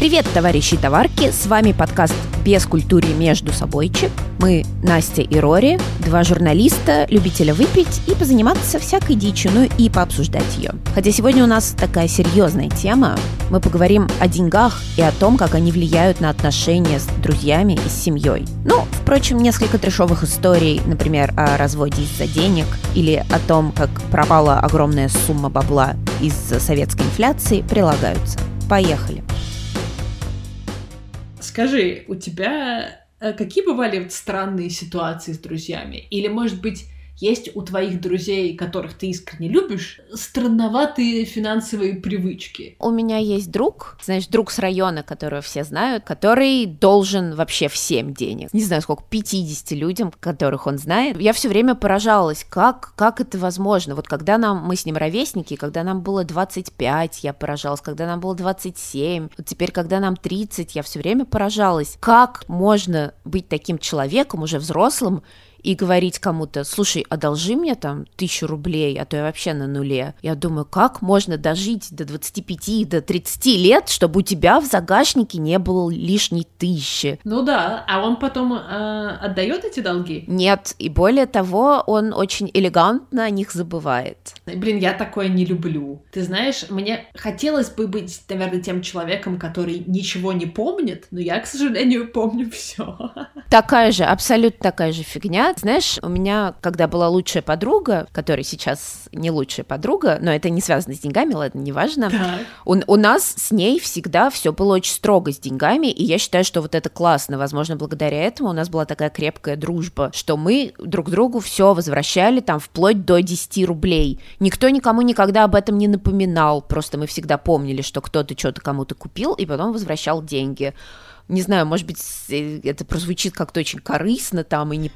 Привет, товарищи и товарки! С вами подкаст «Без культуры между собойчик». Мы Настя и Рори, два журналиста, любителя выпить и позаниматься всякой дичью, ну и пообсуждать ее. Хотя сегодня у нас такая серьезная тема. Мы поговорим о деньгах и о том, как они влияют на отношения с друзьями и с семьей. Ну, впрочем, несколько трешовых историй, например, о разводе из-за денег или о том, как пропала огромная сумма бабла из-за советской инфляции, прилагаются. Поехали! Скажи, у тебя какие бывали странные ситуации с друзьями? Или, может быть, есть у твоих друзей, которых ты искренне любишь, странноватые финансовые привычки? У меня есть друг, знаешь, друг с района, которого все знают, который должен вообще всем денег. Не знаю, сколько, 50 людям, которых он знает. Я все время поражалась, как это возможно. Вот когда мы с ним ровесники, когда нам было 25, я поражалась, когда нам было 27, вот теперь, когда нам 30, я все время поражалась, как можно быть таким человеком, уже взрослым, и говорить кому-то: слушай, одолжи мне там 1000 рублей, а то я вообще на нуле. Я думаю, как можно дожить до 25, до 30 лет, чтобы у тебя в загашнике не было лишней 1000? Ну да, а он потом отдает эти долги? Нет, и более того, он очень элегантно о них забывает. Блин, я такое не люблю. Ты знаешь, мне хотелось бы быть, наверное, тем человеком, который ничего не помнит, но я, к сожалению, помню все. Такая же, абсолютно такая же фигня. Знаешь, у меня, когда была лучшая подруга, которая сейчас не лучшая подруга, но это не связано с деньгами, ладно, неважно, у нас с ней всегда все было очень строго с деньгами, и я считаю, что вот это классно. Возможно, благодаря этому у нас была такая крепкая дружба, что мы друг другу все возвращали там вплоть до 10 рублей. Никто никому никогда об этом не напоминал, просто мы всегда помнили, что кто-то что-то кому-то купил и потом возвращал деньги. Не знаю, может быть, это прозвучит как-то очень корыстно там и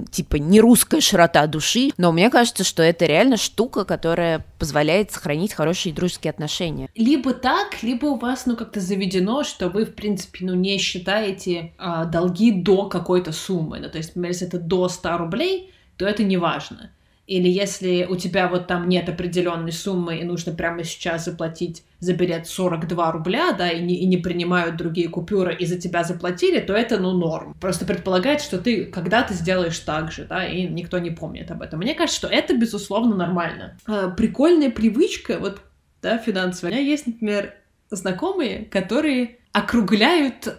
не русская широта души, но мне кажется, что это реально штука, которая позволяет сохранить хорошие дружеские отношения. Либо так, либо у вас, как-то заведено, что вы, в принципе, не считаете долги до какой-то суммы. То есть, например, если это до 100 рублей, то это не важно. Или если у тебя вот там нет определенной суммы и нужно прямо сейчас заплатить за билет 42 рубля, да, и не принимают другие купюры, и за тебя заплатили, то это, норм. Просто предполагает, что ты когда-то сделаешь так же, да, и никто не помнит об этом. Мне кажется, что это, безусловно, нормально. Прикольная привычка, финансовая. У меня есть, например, знакомые, которые округляют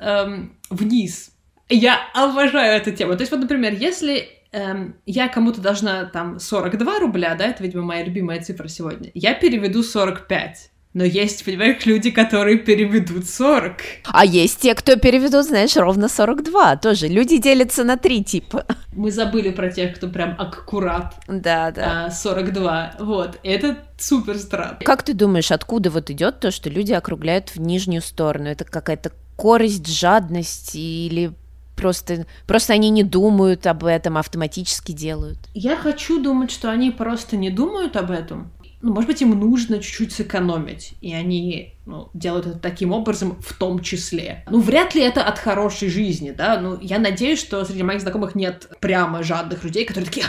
вниз. Я обожаю эту тему. То есть, например, если я кому-то должна там 42 рубля, да, это, видимо, моя любимая цифра сегодня, я переведу 45. Но есть, понимаешь, люди, которые переведут 40. А есть те, кто переведут, знаешь, ровно 42. Тоже люди делятся на 3 типа. Мы забыли про тех, кто прям аккурат. Да. 42. Вот. Это супер странно. Как ты думаешь, откуда идет то, что люди округляют в нижнюю сторону? Это какая-то корость, жадность или... Просто они не думают об этом, автоматически делают. Я хочу думать, что они просто не думают об этом. Может быть, им нужно чуть-чуть сэкономить, и они делают это таким образом в том числе. Вряд ли это от хорошей жизни, да? Я надеюсь, что среди моих знакомых нет прямо жадных людей, которые такие: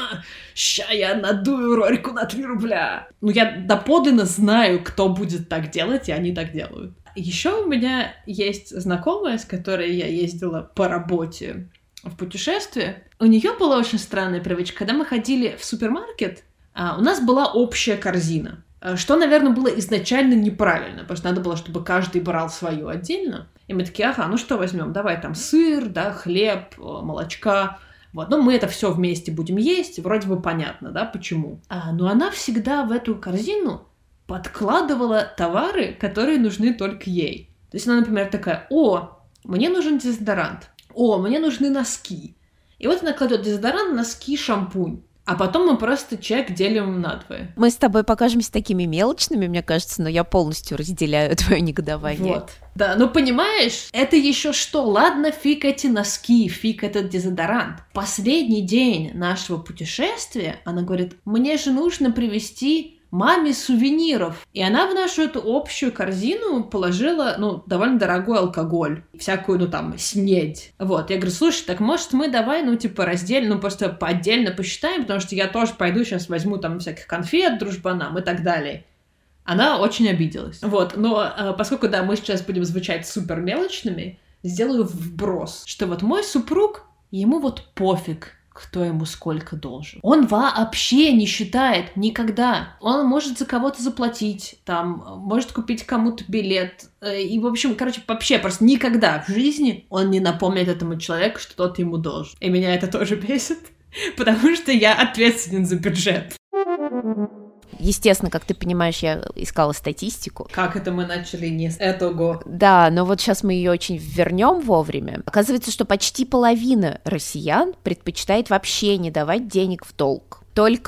ща я надую Рорику на 3 рубля. Я доподлинно знаю, кто будет так делать, и они так делают. Еще у меня есть знакомая, с которой я ездила по работе в путешествие. У нее была очень странная привычка. Когда мы ходили в супермаркет, у нас была общая корзина, что, наверное, было изначально неправильно, потому что надо было, чтобы каждый брал свою отдельно. И мы такие: ага, что возьмем? Давай там сыр, да, хлеб, молочка. Мы это все вместе будем есть, вроде бы понятно, да, почему. Но она всегда в эту корзину подкладывала товары, которые нужны только ей. То есть она, например, такая: о, мне нужен дезодорант, о, мне нужны носки. И вот она кладет дезодорант, носки, шампунь. А потом мы просто чек делим надвое. Мы с тобой покажемся такими мелочными, мне кажется, но я полностью разделяю твое негодование. Вот. Да, понимаешь, это еще что? Ладно, фиг эти носки, фиг этот дезодорант. Последний день нашего путешествия она говорит: мне же нужно привезти маме сувениров. И она в нашу эту общую корзину положила, довольно дорогой алкоголь. Всякую, снедь. Вот. Я говорю: слушай, так может мы давай, раздельно, просто отдельно посчитаем, потому что я тоже пойду сейчас возьму там всяких конфет дружбанам и так далее. Она очень обиделась. Вот, но поскольку, да, мы сейчас будем звучать супер мелочными, сделаю вброс, что вот мой супруг, ему вот пофиг, кто ему сколько должен. Он вообще не считает никогда. Он может за кого-то заплатить, там, может купить кому-то билет. И, в общем, вообще просто никогда в жизни он не напомнит этому человеку, что тот ему должен. И меня это тоже бесит, потому что я ответственен за бюджет. Естественно, как ты понимаешь, я искала статистику. Как это мы начали не с этого? Да, но вот сейчас мы ее очень вернем вовремя. Оказывается, что почти половина россиян предпочитает вообще не давать денег в долг. Только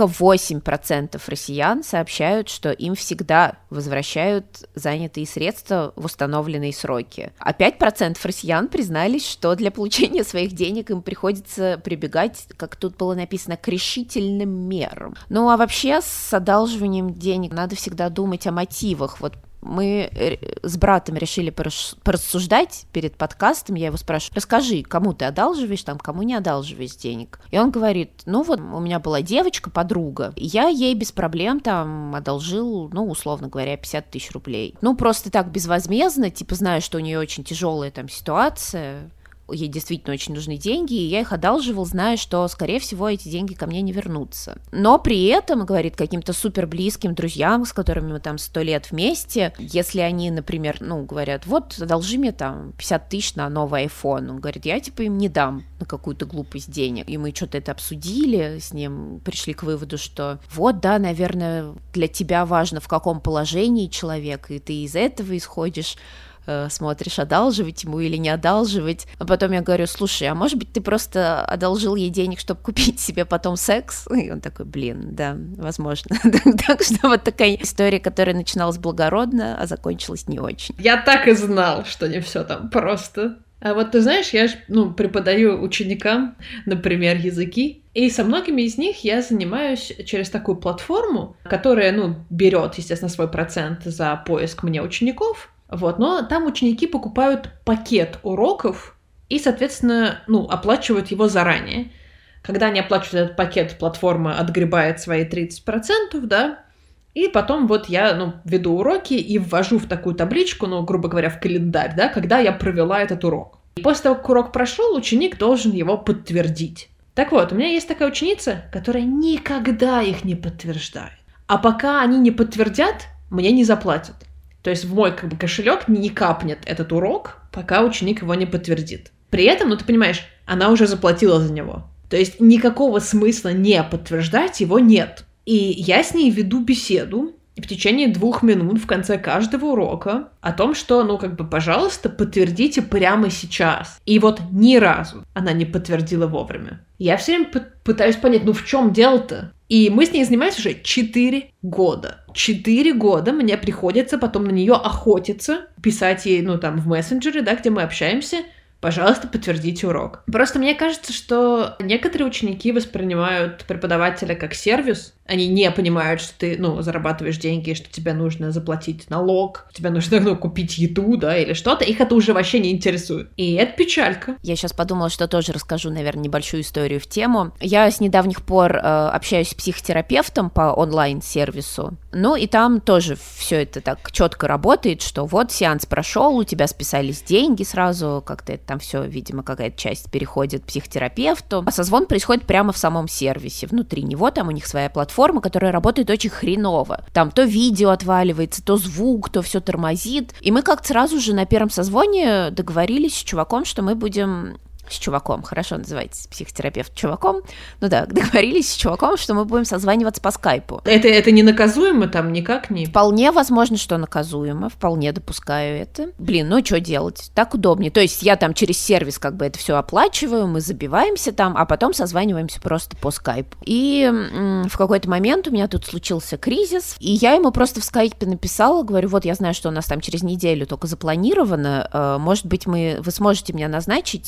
8% россиян сообщают, что им всегда возвращают занятые средства в установленные сроки. А 5% россиян признались, что для получения своих денег им приходится прибегать, как тут было написано, к решительным мерам. Ну а вообще с одалживанием денег надо всегда думать о мотивах. Вот мы с братом решили порассуждать перед подкастом, я его спрашиваю, расскажи, кому ты одалживаешь, там, кому не одалживаешь денег. И он говорит, ну вот у меня была девочка, подруга, и я ей без проблем там одолжил, ну, условно говоря, 50 тысяч рублей. Ну, просто так безвозмездно, типа, знаю, что у нее очень тяжелая там ситуация, ей действительно очень нужны деньги, и я их одалживал, зная, что, скорее всего, эти деньги ко мне не вернутся. Но при этом, говорит, каким-то супер близким друзьям, с которыми мы там 100 лет вместе, если они, например, ну, говорят, вот, одолжи мне там 50 тысяч на новый iPhone, он говорит, я, типа, им не дам на какую-то глупость денег. И мы что-то это обсудили с ним, пришли к выводу, что вот, да, наверное, для тебя важно, в каком положении человек, и ты из этого исходишь, смотришь, одалживать ему или не одалживать. А потом я говорю, слушай, а может быть, ты просто одолжил ей денег, чтобы купить себе потом секс? И он такой, блин, да, возможно. Так что вот такая история, которая начиналась благородно, а закончилась не очень. Я так и знал, что не все там просто. А вот ты знаешь, я же, преподаю ученикам, например, языки, и со многими из них я занимаюсь через такую платформу, которая, берет, естественно, свой процент за поиск мне учеников. Вот, но там ученики покупают пакет уроков и, соответственно, оплачивают его заранее. Когда они оплачивают этот пакет, платформа отгребает свои 30%, да, и потом вот я, веду уроки и ввожу в такую табличку, грубо говоря, в календарь, да, когда я провела этот урок. И после того, как урок прошел, ученик должен его подтвердить. Так вот, у меня есть такая ученица, которая никогда их не подтверждает. А пока они не подтвердят, мне не заплатят. То есть в мой кошелек не капнет этот урок, пока ученик его не подтвердит. При этом, ты понимаешь, она уже заплатила за него. То есть никакого смысла не подтверждать его нет. И я с ней веду беседу в течение 2 минут в конце каждого урока о том, что, пожалуйста, подтвердите прямо сейчас. И вот ни разу она не подтвердила вовремя. Я все время пытаюсь понять, в чем дело-то? И мы с ней занимаемся уже 4 года. 4 года мне приходится потом на нее охотиться, писать ей, в мессенджере, да, где мы общаемся, пожалуйста, подтвердите урок. Просто мне кажется, что некоторые ученики воспринимают преподавателя как сервис. Они не понимают, что ты, зарабатываешь деньги, что тебе нужно заплатить налог, тебе нужно, купить еду, да, или что-то. Их это уже вообще не интересует. И это печалька. Я сейчас подумала, что тоже расскажу, наверное, небольшую историю в тему. Я с недавних пор общаюсь с психотерапевтом по онлайн-сервису. И там тоже все это так четко работает, что вот сеанс прошел, у тебя списались деньги сразу, как-то это там все, видимо, какая-то часть переходит к психотерапевту. А созвон происходит прямо в самом сервисе. Внутри него там у них своя платформа, которая работает очень хреново. Там то видео отваливается, то звук, то все тормозит. И мы как-то сразу же на первом созвоне договорились с чуваком, что мы будем... С чуваком, хорошо называется психотерапевт чуваком. Договорились с чуваком, что мы будем созваниваться по скайпу. Это не наказуемо там никак не? Вполне возможно, что наказуемо, вполне допускаю это. Что делать? Так удобнее. То есть я там через сервис это все оплачиваю, мы забиваемся там, а потом созваниваемся просто по скайпу. И в какой-то момент у меня тут случился кризис, и я ему просто в скайпе написала, говорю, вот я знаю, что у нас там через неделю только запланировано, может быть, вы сможете меня назначить, пора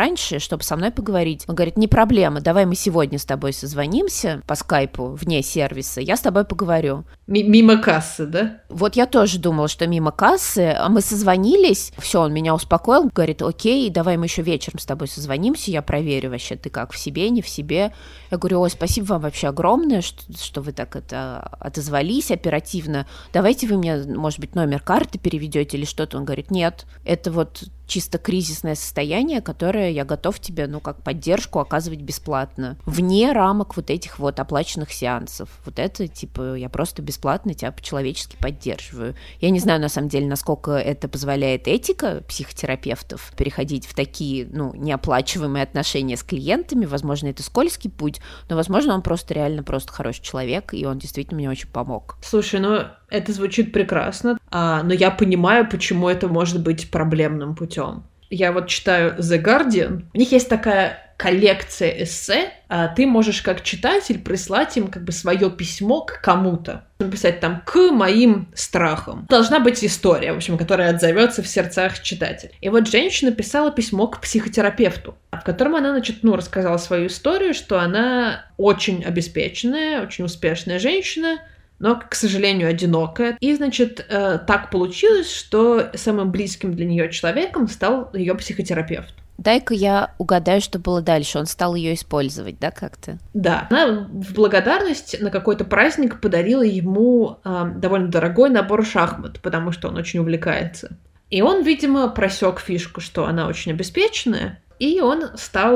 раньше, чтобы со мной поговорить. Он говорит, не проблема, давай мы сегодня с тобой созвонимся по скайпу вне сервиса, я с тобой поговорю. Мимо кассы, да? Вот я тоже думала, что мимо кассы, а мы созвонились, все, он меня успокоил, говорит, окей, давай мы еще вечером с тобой созвонимся, я проверю вообще, ты как, в себе, не в себе. Я говорю, ой, спасибо вам вообще огромное, что вы так отозвались оперативно, давайте вы мне, может быть, номер карты переведете или что-то. Он говорит, нет, это вот чисто кризисное состояние, которое я готов тебе, как поддержку оказывать бесплатно, вне рамок вот этих вот оплаченных сеансов. Вот это, типа, я просто бесплатно тебя по-человечески поддерживаю. Я не знаю, на самом деле, насколько это позволяет этика психотерапевтов переходить в такие, неоплачиваемые отношения с клиентами. Возможно, это скользкий путь, но, возможно, он просто реально просто хороший человек, и он действительно мне очень помог. Слушай, это звучит прекрасно, но я понимаю, почему это может быть проблемным путем. Я вот читаю The Guardian, у них есть такая коллекция эссе, ты можешь как читатель прислать им как бы свое письмо к кому-то. Написать там «к моим страхам». Должна быть история, в общем, которая отзовется в сердцах читателя. И вот женщина писала письмо к психотерапевту, в котором она, рассказала свою историю, что она очень обеспеченная, очень успешная женщина, но, к сожалению, одинокая. И, так получилось, что самым близким для нее человеком стал ее психотерапевт. Дай-ка я угадаю, что было дальше. Он стал ее использовать, да, как-то? Да. Она в благодарность на какой-то праздник подарила ему довольно дорогой набор шахмат, потому что он очень увлекается. И он, видимо, просек фишку, что она очень обеспеченная, и он стал,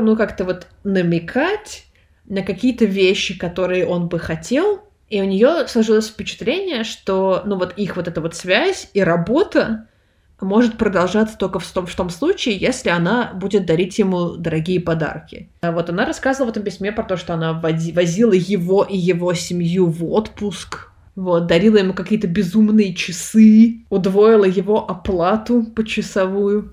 намекать на какие-то вещи, которые он бы хотел. И у нее сложилось впечатление, что, их эта связь и работа может продолжаться только в том случае, если она будет дарить ему дорогие подарки. А вот она рассказывала в этом письме про то, что она возила его и его семью в отпуск, дарила ему какие-то безумные часы, удвоила его оплату почасовую.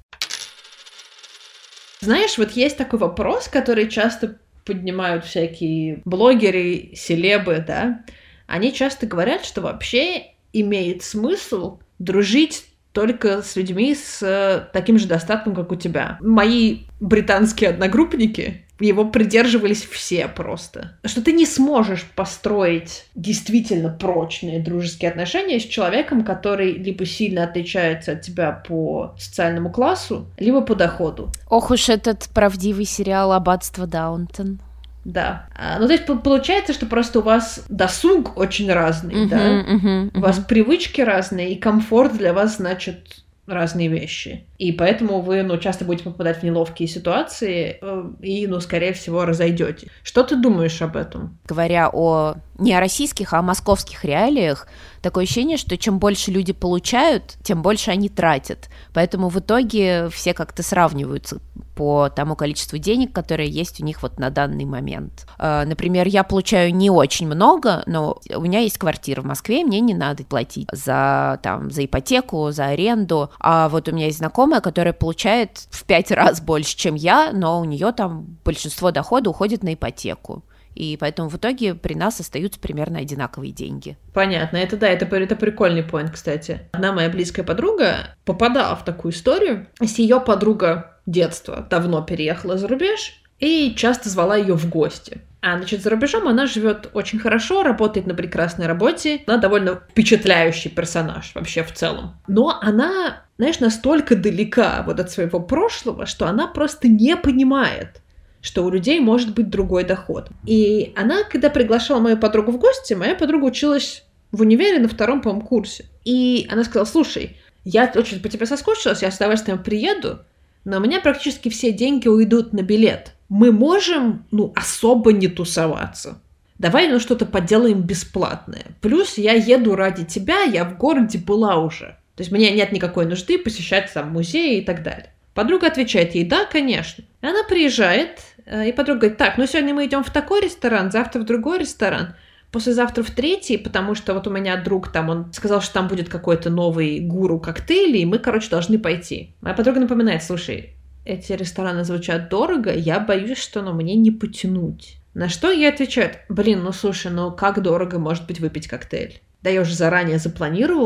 Знаешь, есть такой вопрос, который часто поднимают всякие блогеры, селебы, да? Они часто говорят, что вообще имеет смысл дружить только с людьми с таким же достатком, как у тебя. Мои британские одногруппники его придерживались все просто. Что ты не сможешь построить действительно прочные дружеские отношения с человеком, который либо сильно отличается от тебя по социальному классу, либо по доходу. Ох уж этот правдивый сериал «Аббатство Даунтон». Да. То есть получается, что просто у вас досуг очень разный, да? У вас привычки разные, и комфорт для вас значит разные вещи. И поэтому вы, часто будете попадать в неловкие ситуации и, скорее всего, разойдетесь. Что ты думаешь об этом? Говоря не о российских, а о московских реалиях, такое ощущение, что чем больше люди получают, тем больше они тратят. Поэтому в итоге все как-то сравниваются по тому количеству денег, которые есть у них на данный момент. Например, я получаю не очень много, но у меня есть квартира в Москве, и мне не надо платить за ипотеку, за аренду. А вот у меня есть знакомая, которая получает в 5 раз больше, чем я, но у нее большинство дохода уходит на ипотеку. И поэтому в итоге при нас остаются примерно одинаковые деньги. Понятно, это прикольный поинт, кстати. Одна моя близкая подруга попадала в такую историю. Ее подруга детства давно переехала за рубеж и часто звала ее в гости. А, за рубежом она живет очень хорошо, работает на прекрасной работе. Она довольно впечатляющий персонаж вообще в целом. Но она, настолько далека от своего прошлого, что она просто не понимает, что у людей может быть другой доход. И она, когда приглашала мою подругу в гости, моя подруга училась в универе на 2-м, по-моему, курсе. И она сказала: слушай, я очень по тебе соскучилась, я с удовольствием приеду, но у меня практически все деньги уйдут на билет. Мы можем, особо не тусоваться. Давай, что-то поделаем бесплатное. Плюс я еду ради тебя, я в городе была уже. То есть мне нет никакой нужды посещать музеи и так далее. Подруга отвечает ей: да, конечно. И она приезжает, и подруга говорит: так, сегодня мы идем в такой ресторан, завтра в другой ресторан, послезавтра в третий, потому что у меня друг он сказал, что там будет какой-то новый гуру коктейлей, и мы, должны пойти. Моя подруга напоминает: слушай, эти рестораны звучат дорого, я боюсь, что мне не потянуть. На что ей отвечают: слушай, как дорого может быть выпить коктейль? Да я уже заранее запланировала.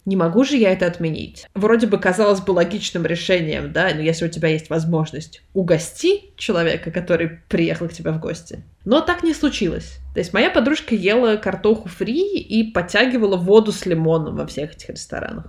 Не могу же я это отменить. Вроде бы казалось бы логичным решением, да, но если у тебя есть возможность угости человека, который приехал к тебе в гости. Но так не случилось. То есть моя подружка ела картоху фри и подтягивала воду с лимоном во всех этих ресторанах.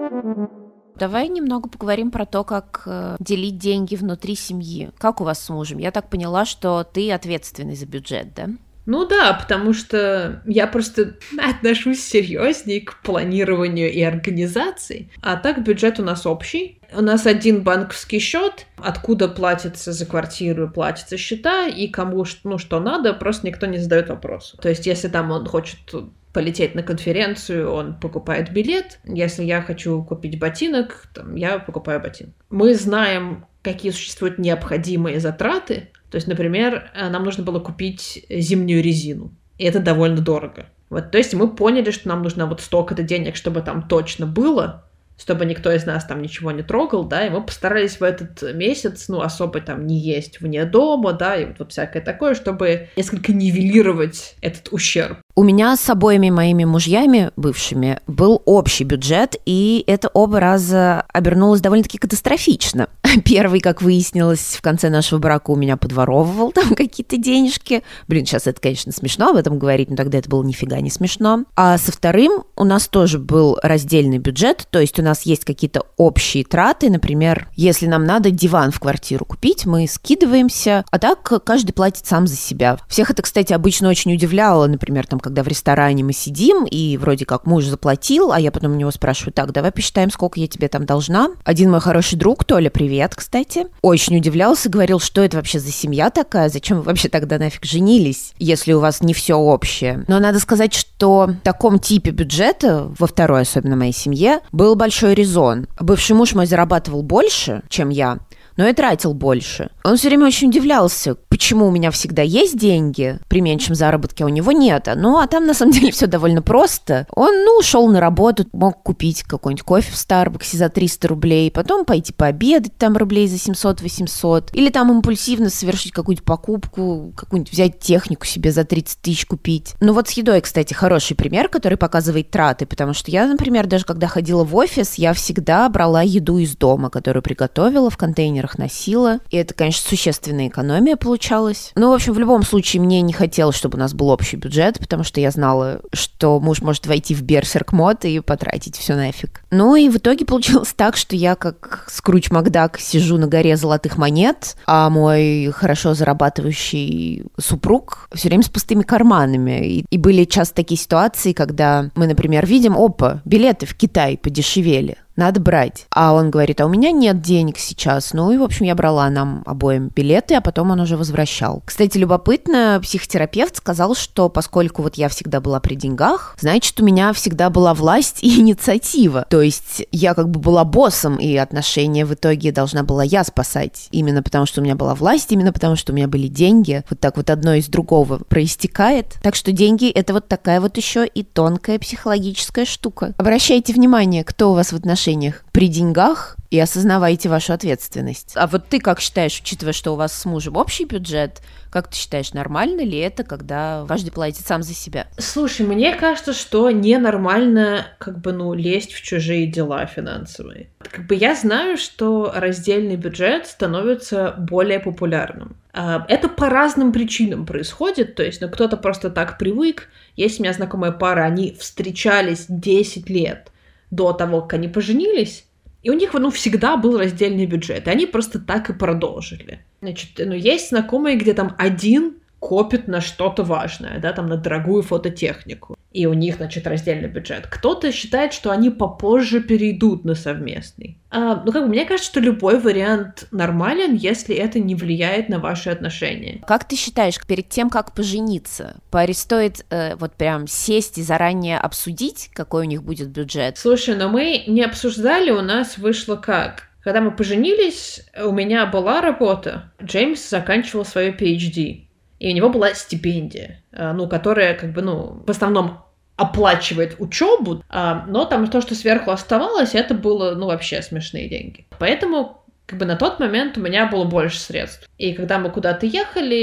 Давай немного поговорим про то, как делить деньги внутри семьи. Как у вас с мужем? Я так поняла, что ты ответственный за бюджет, да? Ну да, потому что я просто отношусь серьезнее к планированию и организации. А так бюджет у нас общий. У нас один банковский счет, откуда платится за квартиру, платятся счета, и кому что надо, просто никто не задает вопрос. То есть если там он хочет полететь на конференцию, он покупает билет. Если я хочу купить ботинок, я покупаю ботинок. Мы знаем, какие существуют необходимые затраты. То есть, например, нам нужно было купить зимнюю резину, и это довольно дорого. Вот, то есть мы поняли, что нам нужно вот столько-то денег, чтобы там точно было, чтобы никто из нас там ничего не трогал, да, и мы постарались в этот месяц, особо там не есть вне дома, да, и вот всякое такое, чтобы несколько нивелировать этот ущерб. У меня с обоими моими мужьями бывшими был общий бюджет, и это оба раза обернулось довольно-таки катастрофично. Первый, как выяснилось, в конце нашего брака у меня подворовывал там какие-то денежки. Сейчас это, конечно, смешно об этом говорить, но тогда это было нифига не смешно. А со вторым у нас тоже был раздельный бюджет, то есть у нас есть какие-то общие траты, например, если нам надо диван в квартиру купить, мы скидываемся, а так каждый платит сам за себя. Всех это, кстати, обычно очень удивляло, например, там, когда в ресторане мы сидим, и вроде как муж заплатил, а я потом у него спрашиваю: так, давай посчитаем, сколько я тебе там должна. Один мой хороший друг, Толя, привет, кстати, очень удивлялся, говорил, что это вообще за семья такая, зачем вы вообще тогда нафиг женились, если у вас не все общее. Но надо сказать, что в таком типе бюджета, во второй особенно моей семье, был большой резон. Бывший муж мой зарабатывал больше, чем я, но и тратил больше. Он все время очень удивлялся, почему у меня всегда есть деньги при меньшем заработке, а у него нет. А там на самом деле все довольно просто. Он, шел на работу, мог купить какой-нибудь кофе в Старбаксе за 300 рублей, потом пойти пообедать там рублей за 700-800, или там импульсивно совершить какую-нибудь покупку, какую-нибудь взять технику себе за 30 тысяч купить. Вот с едой, кстати, хороший пример, который показывает траты, потому что я, например, даже когда ходила в офис, я всегда брала еду из дома, которую приготовила, в контейнерах носила, и это, конечно, существенная экономия получалась. В общем, в любом случае, мне не хотелось, чтобы у нас был общий бюджет, потому что я знала, что муж может войти в берсерк-мод и потратить все нафиг. И в итоге получилось так, что я, как Скрудж Макдак, сижу на горе золотых монет, а мой хорошо зарабатывающий супруг все время с пустыми карманами. И были часто такие ситуации, когда мы, например, видим: опа, билеты в Китай подешевели, надо брать. А он говорит: а у меня нет денег сейчас. И, в общем, я брала нам обоим билеты, а потом он уже возвращал. Кстати, любопытно, психотерапевт сказал, что поскольку я всегда была при деньгах, значит, у меня всегда была власть и инициатива. То есть я как бы была боссом, и отношения в итоге должна была я спасать. Именно потому, что у меня была власть, именно потому, что у меня были деньги. Вот так одно из другого проистекает. Так что деньги — это такая еще и тонкая психологическая штука. Обращайте внимание, кто у вас в отношениях при деньгах, и осознавайте вашу ответственность. А ты как считаешь, учитывая, что у вас с мужем общий бюджет, как ты считаешь, нормально ли это, когда каждый платит сам за себя? Слушай, мне кажется, что ненормально лезть в чужие дела финансовые. Я знаю, что раздельный бюджет становится более популярным. Это по разным причинам происходит, то есть, кто-то просто так привык. Есть у меня знакомая пара, они встречались 10 лет до того, как они поженились, и у них, всегда был раздельный бюджет, и они просто так и продолжили. Значит, есть знакомые, где там один копит на что-то важное, да, там на дорогую фототехнику, и у них, раздельный бюджет. Кто-то считает, что они попозже перейдут на совместный. Мне кажется, что любой вариант нормален, если это не влияет на ваши отношения. Как ты считаешь, перед тем, как пожениться, паре стоит прям сесть и заранее обсудить, какой у них будет бюджет? Слушай, мы не обсуждали, у нас вышло как? Когда мы поженились, у меня была работа, Джеймс заканчивал свою PhD, и у него была стипендия, которая в основном оплачивает учебу, но там то, что сверху оставалось, это было, вообще смешные деньги. Поэтому, на тот момент у меня было больше средств. И когда мы куда-то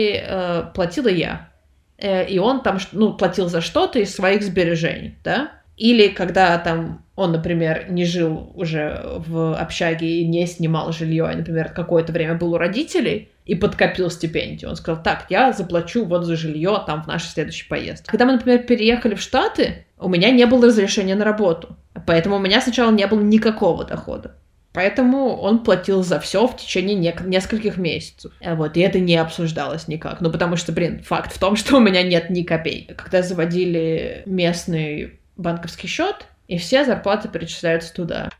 ехали, платила я. И он там, платил за что-то из своих сбережений, да. Или когда там он, например, не жил уже в общаге и не снимал жилье, а, например, какое-то время был у родителей и подкопил стипендию. Он сказал, так, я заплачу вот за жилье там в нашей следующей поездке. Когда мы, например, переехали в Штаты, у меня не было разрешения на работу. Поэтому у меня сначала не было никакого дохода. Поэтому он платил за все в течение нескольких месяцев. Вот, и это не обсуждалось никак. Ну, потому что, факт в том, что у меня нет ни копейки. Когда заводили местный банковский счет, и все зарплаты перечисляются туда.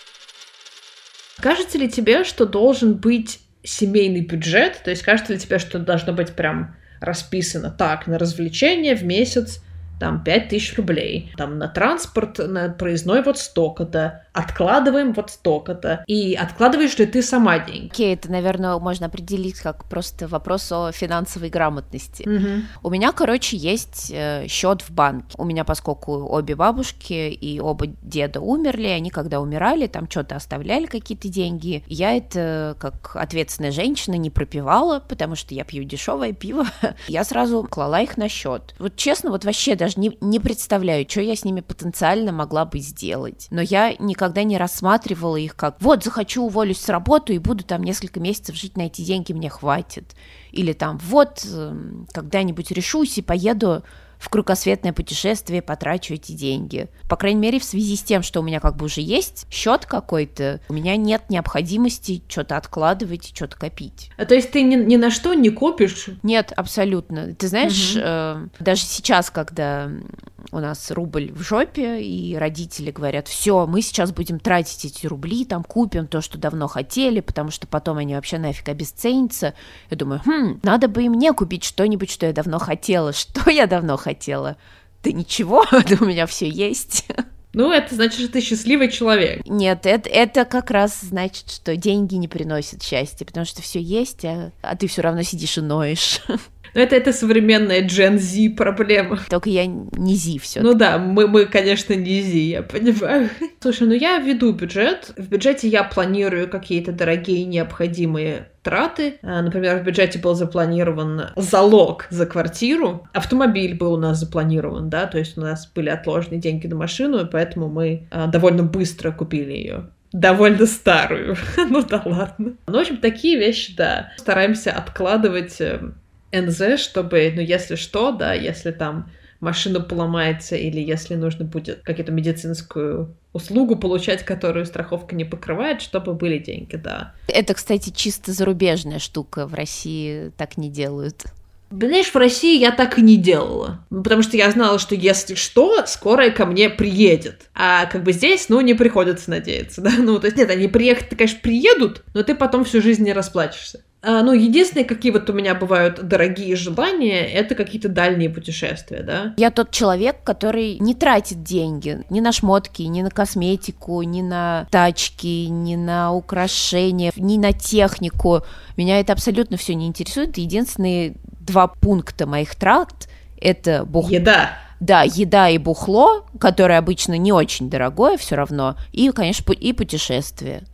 Кажется ли тебе, что должен быть семейный бюджет? То есть кажется ли тебе, что должно быть прям расписано так, на развлечения в месяц там 5000 рублей, там на транспорт, на проездной вот столько-то, откладываем вот столько-то. И откладываешь ли ты сама деньги? Окей, это, наверное, можно определить как просто вопрос о финансовой грамотности. Угу. У меня, короче, есть счет в банке. У меня, поскольку обе бабушки и оба деда умерли, они когда умирали, там что-то оставляли, какие-то деньги. Я это, как ответственная женщина, не пропивала, потому что я пью дешевое пиво. Я сразу клала их на счет. Вот честно, вот вообще даже не представляю, что я с ними потенциально могла бы сделать. Но я никогда не рассматривала их как вот, захочу, уволюсь с работы и буду там несколько месяцев жить на эти деньги, мне хватит. Или там вот, когда-нибудь решусь и поеду в кругосветное путешествие, потрачу эти деньги. По крайней мере, в связи с тем, что у меня как бы уже есть счет какой-то, у меня нет необходимости что-то откладывать и что-то копить. То есть ты ни на что не копишь? Нет, абсолютно. Ты знаешь, даже сейчас, когда у нас рубль в жопе, и родители говорят, все, мы сейчас будем тратить эти рубли, там купим то, что давно хотели, потому что потом они вообще нафиг обесценятся. Я думаю, надо бы и мне купить что-нибудь, что я давно хотела. Что я давно хотела? Да ничего, у меня все есть. Ну, это значит, что ты счастливый человек. Нет, это как раз значит, что деньги не приносят счастья, потому что все есть, а ты все равно сидишь и ноешь. Но это современная Gen Z проблема. Только я не Зи все. Ну да, мы, конечно, не Зи, я понимаю. Слушай, я веду бюджет. В бюджете я планирую какие-то дорогие необходимые траты. Например, в бюджете был запланирован залог за квартиру. Автомобиль был у нас запланирован, да, то есть у нас были отложены деньги на машину, и поэтому мы довольно быстро купили ее. Довольно старую. Ну да ладно. Ну, в общем, такие вещи, да. Стараемся откладывать НЗ, чтобы, если что, да, если там машина поломается или если нужно будет какую-то медицинскую услугу получать, которую страховка не покрывает, чтобы были деньги, да. Это, кстати, чисто зарубежная штука, в России так не делают. Знаешь, в России я так и не делала, потому что я знала, что если что, скорая ко мне приедет, а как бы здесь, не приходится надеяться, да, то есть нет, они приехать-то, конечно, приедут, но ты потом всю жизнь не расплачешься. Единственные, какие вот у меня бывают дорогие желания, это какие-то дальние путешествия, да. Я тот человек, который не тратит деньги ни на шмотки, ни на косметику, ни на тачки, ни на украшения, ни на технику. Меня это абсолютно все не интересует. Единственные 2 пункта моих трат — это еда. Да, еда и бухло, которое обычно не очень дорогое все равно, и, конечно, и путешествия.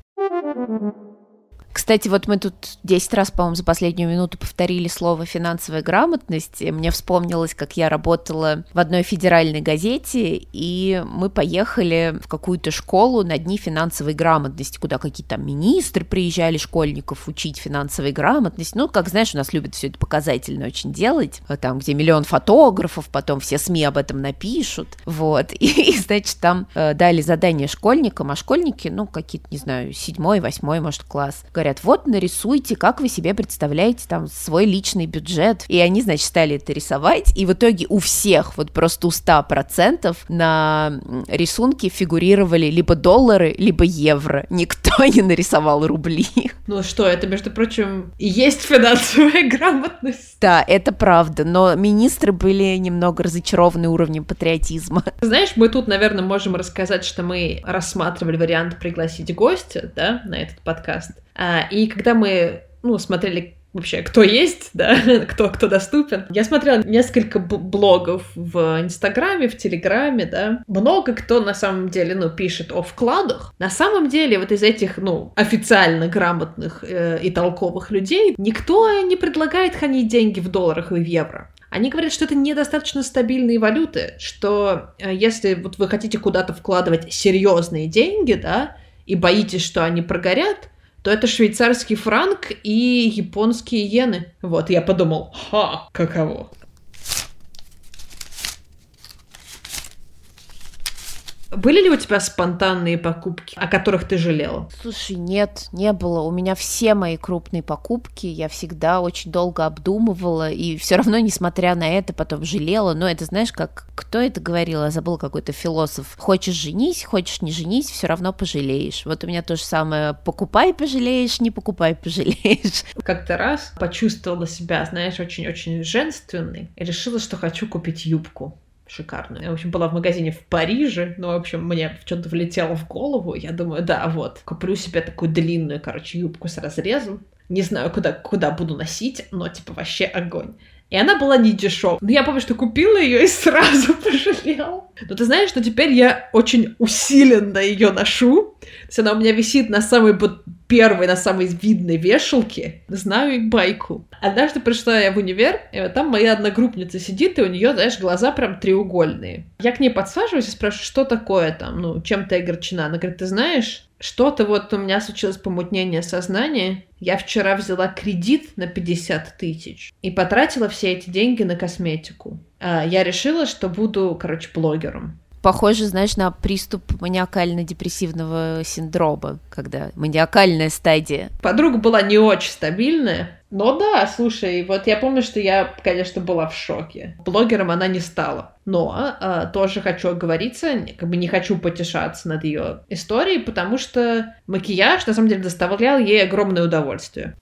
Кстати, вот мы тут 10 раз, по-моему, за последнюю минуту повторили слово «финансовая грамотность». Мне вспомнилось, как я работала в одной федеральной газете, и мы поехали в какую-то школу на дни финансовой грамотности, куда какие-то там министры приезжали школьников учить финансовой грамотности. Как знаешь, у нас любят все это показательно очень делать, там, где миллион фотографов, потом все СМИ об этом напишут, вот. И значит, там дали задание школьникам, а школьники, какие-то, не знаю, 7-й, 8-й, может, класс, говорят, вот нарисуйте, как вы себе представляете там свой личный бюджет. И они, значит, стали это рисовать, и в итоге у всех, вот просто у 100% на рисунке фигурировали либо доллары, либо евро. Никто не нарисовал рубли. Ну что, это, между прочим, и есть финансовая грамотность. Да, это правда, но министры были немного разочарованы уровнем патриотизма. Знаешь, мы тут, наверное, можем рассказать, что мы рассматривали вариант пригласить гостя, да, на этот подкаст. И когда мы, смотрели вообще, кто есть, да, кто доступен. Я смотрела несколько блогов в Инстаграме, в Телеграме, да. Много кто на самом деле, пишет о вкладах. На самом деле вот из этих, официально грамотных и толковых людей никто не предлагает хранить деньги в долларах и в евро. Они говорят, что это недостаточно стабильные валюты, что если вот вы хотите куда-то вкладывать серьезные деньги, да, и боитесь, что они прогорят, то это швейцарский франк и японские иены. Вот, я подумал, каково. Были ли у тебя спонтанные покупки, о которых ты жалела? Слушай, нет, не было. У меня все мои крупные покупки я всегда очень долго обдумывала, и все равно, несмотря на это, потом жалела. Но это, знаешь, как кто это говорил? Я забыла, какой-то философ. Хочешь женись, хочешь не женись, все равно пожалеешь. Вот у меня то же самое. Покупай, пожалеешь, не покупай, пожалеешь. Как-то раз почувствовала себя, знаешь, очень-очень женственной, и решила, что хочу купить юбку. Шикарную. Я, в общем, была в магазине в Париже, но, в общем, мне в чем-то влетело в голову. Я думаю, да, вот, куплю себе такую длинную, юбку с разрезом. Не знаю, куда буду носить, но, типа, вообще огонь. И она была не дешевая. Но я помню, что купила ее и сразу пожалела. Но ты знаешь, что теперь я очень усиленно ее ношу. То есть она у меня висит на самой первой, на самой видной вешалке. Знаю и байку. Однажды пришла я в универ, и вот там моя одногруппница сидит, и у нее, знаешь, глаза прям треугольные. Я к ней подсаживаюсь и спрашиваю, что такое там, чем ты огорчена? Она говорит, ты знаешь, что-то вот у меня случилось помутнение сознания. Я вчера взяла кредит на 50 тысяч и потратила все эти деньги на косметику. Я решила, что буду, блогером. Похоже, знаешь, на приступ маниакально-депрессивного синдрома, когда маниакальная стадия. Подруга была не очень стабильная, но да, слушай, вот я помню, что я, конечно, была в шоке. Блогером она не стала. Но тоже хочу оговориться, не хочу потешаться над ее историей, потому что макияж, на самом деле, доставлял ей огромное удовольствие.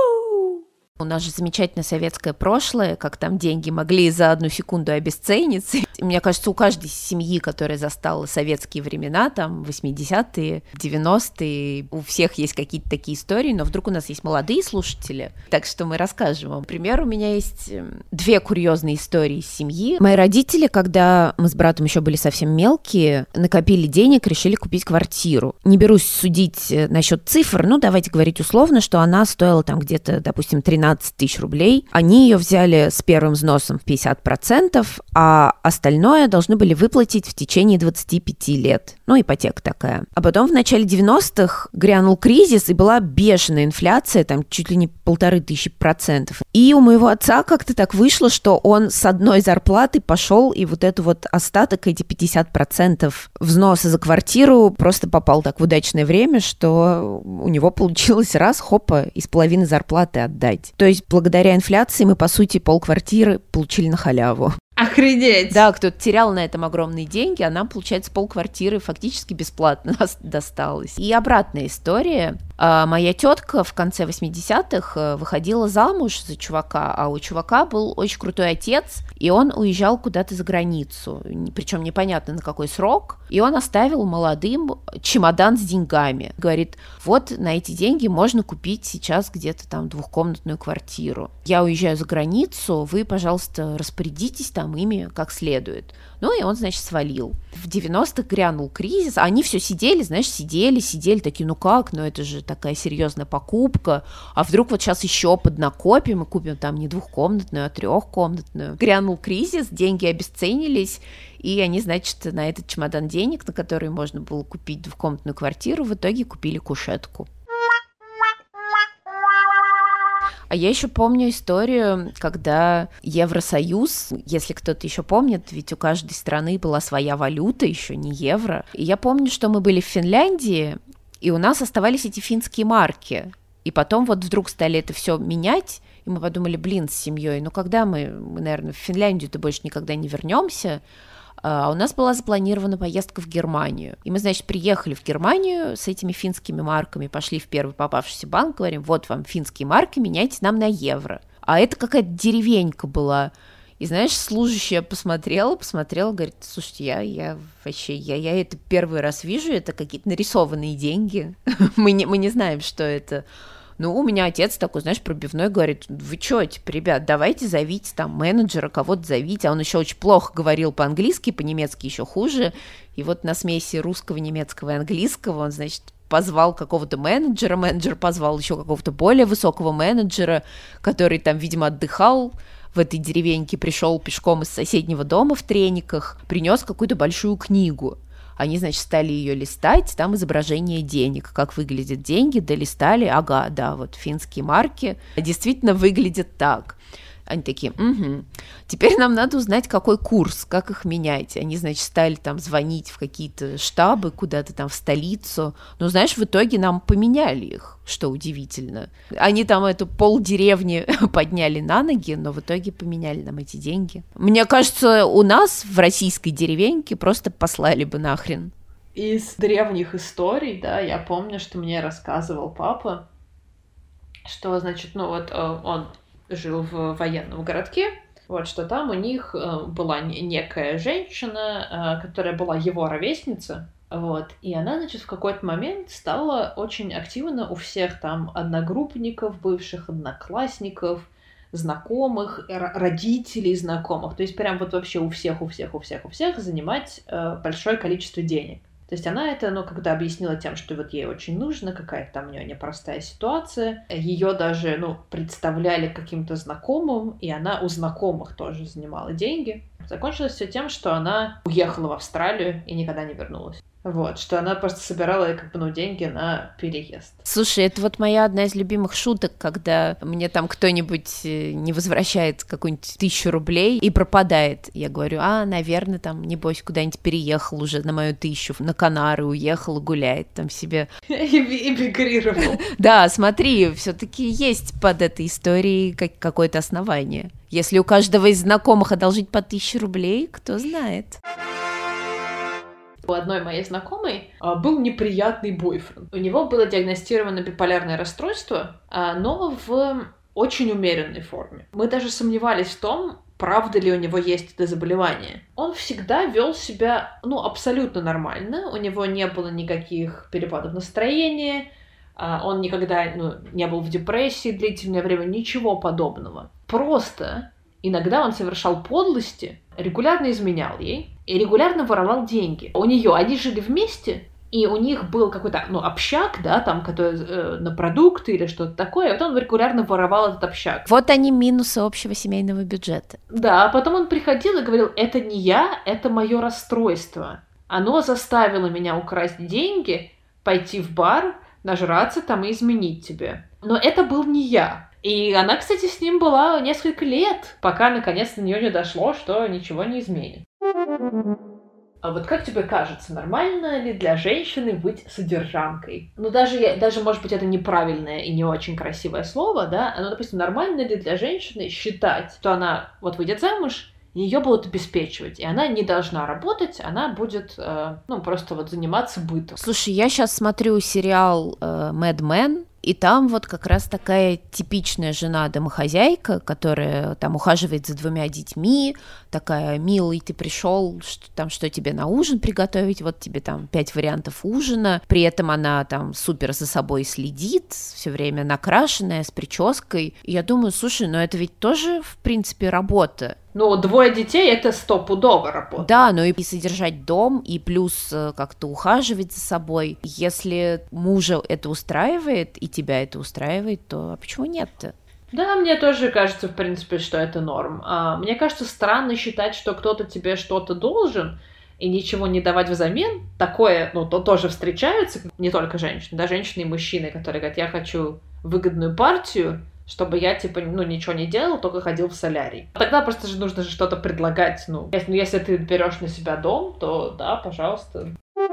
У нас же замечательное советское прошлое, как там деньги могли за одну секунду обесцениться. Мне кажется, у каждой семьи, которая застала советские времена, там, 80-е, 90-е, у всех есть какие-то такие истории, но вдруг у нас есть молодые слушатели, так что мы расскажем вам. Например, у меня есть 2 курьезные истории из семьи. Мои родители, когда мы с братом еще были совсем мелкие, накопили денег, решили купить квартиру. Не берусь судить насчет цифр, давайте говорить условно, что она стоила там где-то, допустим, 13 тысяч рублей. Они ее взяли с первым взносом в 50%, а остальное должны были выплатить в течение 25 лет. Ипотека такая. А потом в начале 90-х грянул кризис, и была бешеная инфляция, там чуть ли не 1500%. И у моего отца как-то так вышло, что он с одной зарплаты пошел, и вот эту вот остаток, эти 50% взноса за квартиру просто попал так в удачное время, что у него получилось хопа, из половины зарплаты отдать. То есть благодаря инфляции мы, по сути, полквартиры получили на халяву. Охренеть! Да, кто-то терял на этом огромные деньги, а нам, получается, полквартиры фактически бесплатно досталось. И обратная история. Моя тетка в конце 80-х выходила замуж за чувака, а у чувака был очень крутой отец, и он уезжал куда-то за границу, причем непонятно на какой срок, и он оставил молодым чемодан с деньгами. Говорит, вот на эти деньги можно купить сейчас где-то там 2-комнатную квартиру. Я уезжаю за границу, вы, пожалуйста, распорядитесь там ими как следует. И он, значит, свалил. В 90-х грянул кризис, а они все сидели, такие, это же такая серьезная покупка, а вдруг вот сейчас еще поднакопим и купим там не 2-комнатную, а 3-комнатную. Грянул кризис, деньги обесценились, и они, значит, на этот чемодан денег, на который можно было купить 2-комнатную квартиру, в итоге купили кушетку. А я еще помню историю, когда Евросоюз, если кто-то еще помнит, ведь у каждой страны была своя валюта, еще не евро. И я помню, что мы были в Финляндии, и у нас оставались эти финские марки. И потом вот вдруг стали это все менять, и мы подумали, с семьей, когда мы, наверное, в Финляндию-то больше никогда не вернемся. А у нас была запланирована поездка в Германию. И мы, значит, приехали в Германию с этими финскими марками, пошли в первый попавшийся банк, говорим, вот вам финские марки, меняйте нам на евро. А это какая-то деревенька была. И, знаешь, служащая посмотрела, говорит, слушайте, я это первый раз вижу, это какие-то нарисованные деньги. мы не знаем, что это. У меня отец такой, знаешь, пробивной, говорит, вы чё, ребят, давайте зовите там менеджера, кого-то зовите, а он еще очень плохо говорил по-английски, по-немецки еще хуже, и вот на смеси русского, немецкого и английского он, значит, позвал какого-то менеджер позвал еще какого-то более высокого менеджера, который там, видимо, отдыхал в этой деревеньке пришел пешком из соседнего дома в трениках, принес какую-то большую книгу. Они, значит, стали ее листать, там изображение денег, как выглядят деньги, долистали, ага, да, вот финские марки действительно выглядят так. Они такие, угу. Теперь нам надо узнать, какой курс, как их менять. Они, значит, стали там звонить в какие-то штабы, куда-то там в столицу. Но, знаешь, в итоге нам поменяли их, что удивительно. Они там эту полдеревни подняли на ноги, но в итоге поменяли нам эти деньги. Мне кажется, у нас в российской деревеньке просто послали бы нахрен. Из древних историй, да, я помню, что мне рассказывал папа, что, значит, ну вот он жил в военном городке, вот, что там у них была некая женщина, которая была его ровесница, вот, и она, значит, в какой-то момент стала очень активно у всех там одногруппников, бывших одноклассников, знакомых, родителей знакомых, то есть прям вот вообще у всех занимать большое количество денег. То есть она это, ну, когда объяснила тем, что вот ей очень нужно, какая-то там у нее непростая ситуация, ее даже, ну, представляли каким-то знакомым, и она у знакомых тоже занимала деньги. Закончилось все тем, что она уехала в Австралию и никогда не вернулась. Вот, что она просто собирала, как бы, ну, деньги на переезд. Слушай, это вот моя одна из любимых шуток, когда мне там кто-нибудь не возвращает какую-нибудь 1000 рублей и пропадает. Я говорю, наверное, там, небось, куда-нибудь переехал уже на мою 1000, на Канары уехал, гуляет там себе. Эмигрировал. Да, смотри, все-таки есть под этой историей какое-то основание. Если у каждого из знакомых одолжить по 1000 рублей, кто знает. У одной моей знакомой был неприятный бойфренд. У него было диагностировано биполярное расстройство, но в очень умеренной форме. Мы даже сомневались в том, правда ли у него есть это заболевание. Он всегда вел себя, ну, абсолютно нормально. У него не было никаких перепадов настроения. Он никогда, ну, не был в депрессии длительное время, ничего подобного. Просто иногда он совершал подлости, регулярно изменял ей и регулярно воровал деньги. У нее, они жили вместе, и у них был какой-то, ну, общак, да, там, который на продукты или что-то такое, и вот он регулярно воровал этот общак. Вот они минусы общего семейного бюджета. Да, а потом он приходил и говорил, это не я, это мое расстройство. Оно заставило меня украсть деньги, пойти в бар, нажраться там и изменить тебе. Но это был не я. И она, кстати, с ним была несколько лет, пока наконец до нее не дошло, что ничего не изменит. А вот как тебе кажется, нормально ли для женщины быть содержанкой? Ну, даже, может быть, это неправильное и не очень красивое слово, да? Но, допустим, нормально ли для женщины считать, что она вот выйдет замуж, ее будут обеспечивать, и она не должна работать, она будет, ну, просто вот заниматься бытом. Слушай, я сейчас смотрю сериал «Mad Men», и там вот как раз такая типичная жена-домохозяйка, которая там ухаживает за 2 детьми, такая, милый, ты пришел, что тебе на ужин приготовить, вот тебе там 5 вариантов ужина, при этом она там супер за собой следит, все время накрашенная, с прической. И я думаю, слушай, ну это ведь тоже, в принципе, работа. Ну, 2 детей — это стопудово работа. Да, ну и содержать дом, и плюс как-то ухаживать за собой. Если мужа это устраивает, и тебя это устраивает, то почему нет-то? Да, мне тоже кажется, в принципе, что это норм. Мне кажется, странно считать, что кто-то тебе что-то должен, и ничего не давать взамен. Такое, ну, то тоже встречается, не только женщины, да, женщины и мужчины, которые говорят, я хочу выгодную партию, чтобы я, типа, ну, ничего не делал, только ходил в солярий. Тогда просто же нужно же что-то предлагать, ну. Если ты берешь на себя дом, то да, пожалуйста.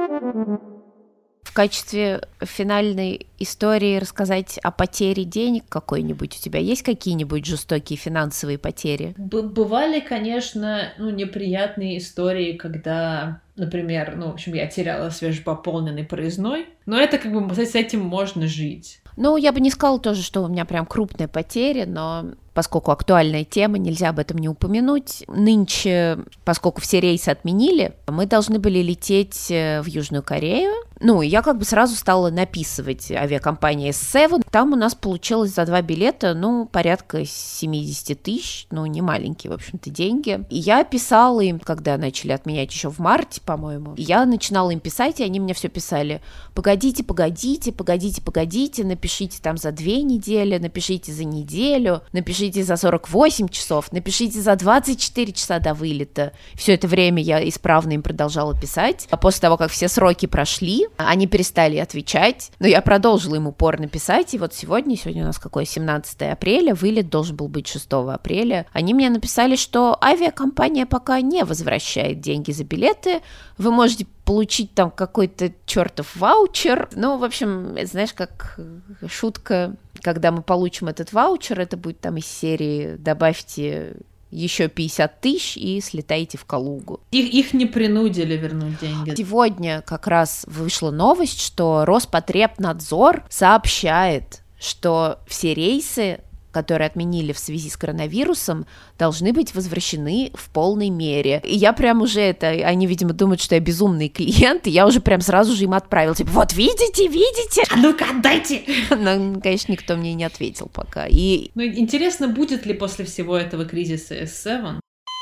В качестве финальной истории рассказать о потере денег какой-нибудь? У тебя есть какие-нибудь жестокие финансовые потери? Бывали, конечно, ну, неприятные истории, когда, например, ну, в общем, я теряла свежепополненный проездной, но это как бы с этим можно жить. Ну, я бы не сказала тоже, что у меня прям крупная потеря, но поскольку актуальная тема, нельзя об этом не упомянуть. Нынче, поскольку все рейсы отменили, мы должны были лететь в Южную Корею. Ну, и я как бы сразу стала написывать авиакомпании S7. Там у нас получилось за 2 билета, ну, порядка 70 тысяч, ну, не маленькие, в общем-то, деньги. И я писала им, когда начали отменять еще в марте, по-моему, я начинала им писать, и они мне все писали: погоди, погодите, напишите там за 2 недели, напишите за неделю, напишите за 48 часов, напишите за 24 часа до вылета. Все это время я исправно им продолжала писать. А после того, как все сроки прошли, они перестали отвечать, но я продолжила им упорно писать, и вот сегодня у нас какое, 17 апреля, вылет должен был быть 6 апреля. Они мне написали, что авиакомпания пока не возвращает деньги за билеты, вы можете получить там какой-то чертов ваучер. Ну, в общем, знаешь, как шутка, когда мы получим этот ваучер, это будет там из серии «добавьте еще 50 тысяч и слетайте в Калугу». Их не принудили вернуть деньги. Сегодня как раз вышла новость, что Роспотребнадзор сообщает, что все рейсы, которые отменили в связи с коронавирусом, должны быть возвращены в полной мере. И я прям уже они, видимо, думают, что я безумный клиент, и я уже прям сразу же им отправила, типа, вот видите? А ну-ка, отдайте! Но, конечно, никто мне не ответил пока. Ну, интересно, будет ли после всего этого кризиса S7?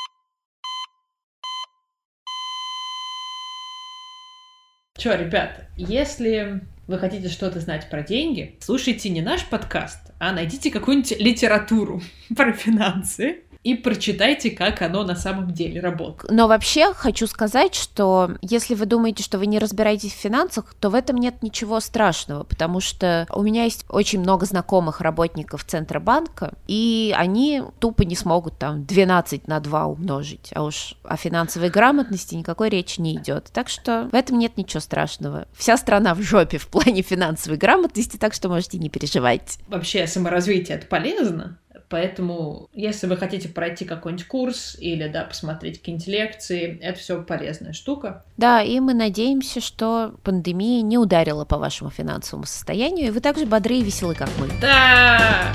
Чё, ребята, если вы хотите что-то знать про деньги, слушайте не наш подкаст, а найдите какую-нибудь литературу про финансы и прочитайте, как оно на самом деле работает. Но вообще хочу сказать, что если вы думаете, что вы не разбираетесь в финансах, то в этом нет ничего страшного, потому что у меня есть очень много знакомых работников Центробанка, и они тупо не смогут там 12 на 2 умножить, а уж о финансовой грамотности никакой речи не идет. Так что в этом нет ничего страшного. Вся страна в жопе в плане финансовой грамотности, так что можете не переживать. Вообще саморазвитие — это полезно. Поэтому, если вы хотите пройти какой-нибудь курс или, посмотреть какие-нибудь лекции, это все полезная штука. Да, и мы надеемся, что пандемия не ударила по вашему финансовому состоянию, и вы так же бодры и веселы, как мы. Да!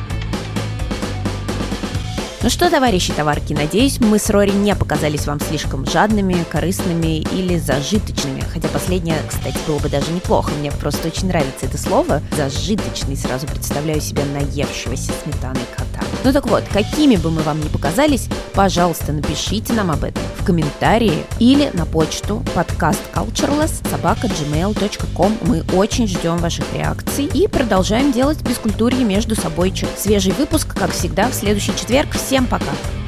Ну что, товарищи товарки, надеюсь, мы с Рори не показались вам слишком жадными, корыстными или зажиточными. Хотя последнее, кстати, было бы даже неплохо. Мне просто очень нравится это слово. Зажиточный. Сразу представляю себя наевшегося сметаной кота. Ну так вот, какими бы мы вам ни показались, пожалуйста, напишите нам об этом в комментарии или на почту podcastcultureless@gmail.com. Мы очень ждем ваших реакций и продолжаем делать бескультурье между собойчик. Свежий выпуск, как всегда, в следующий четверг. Всем пока!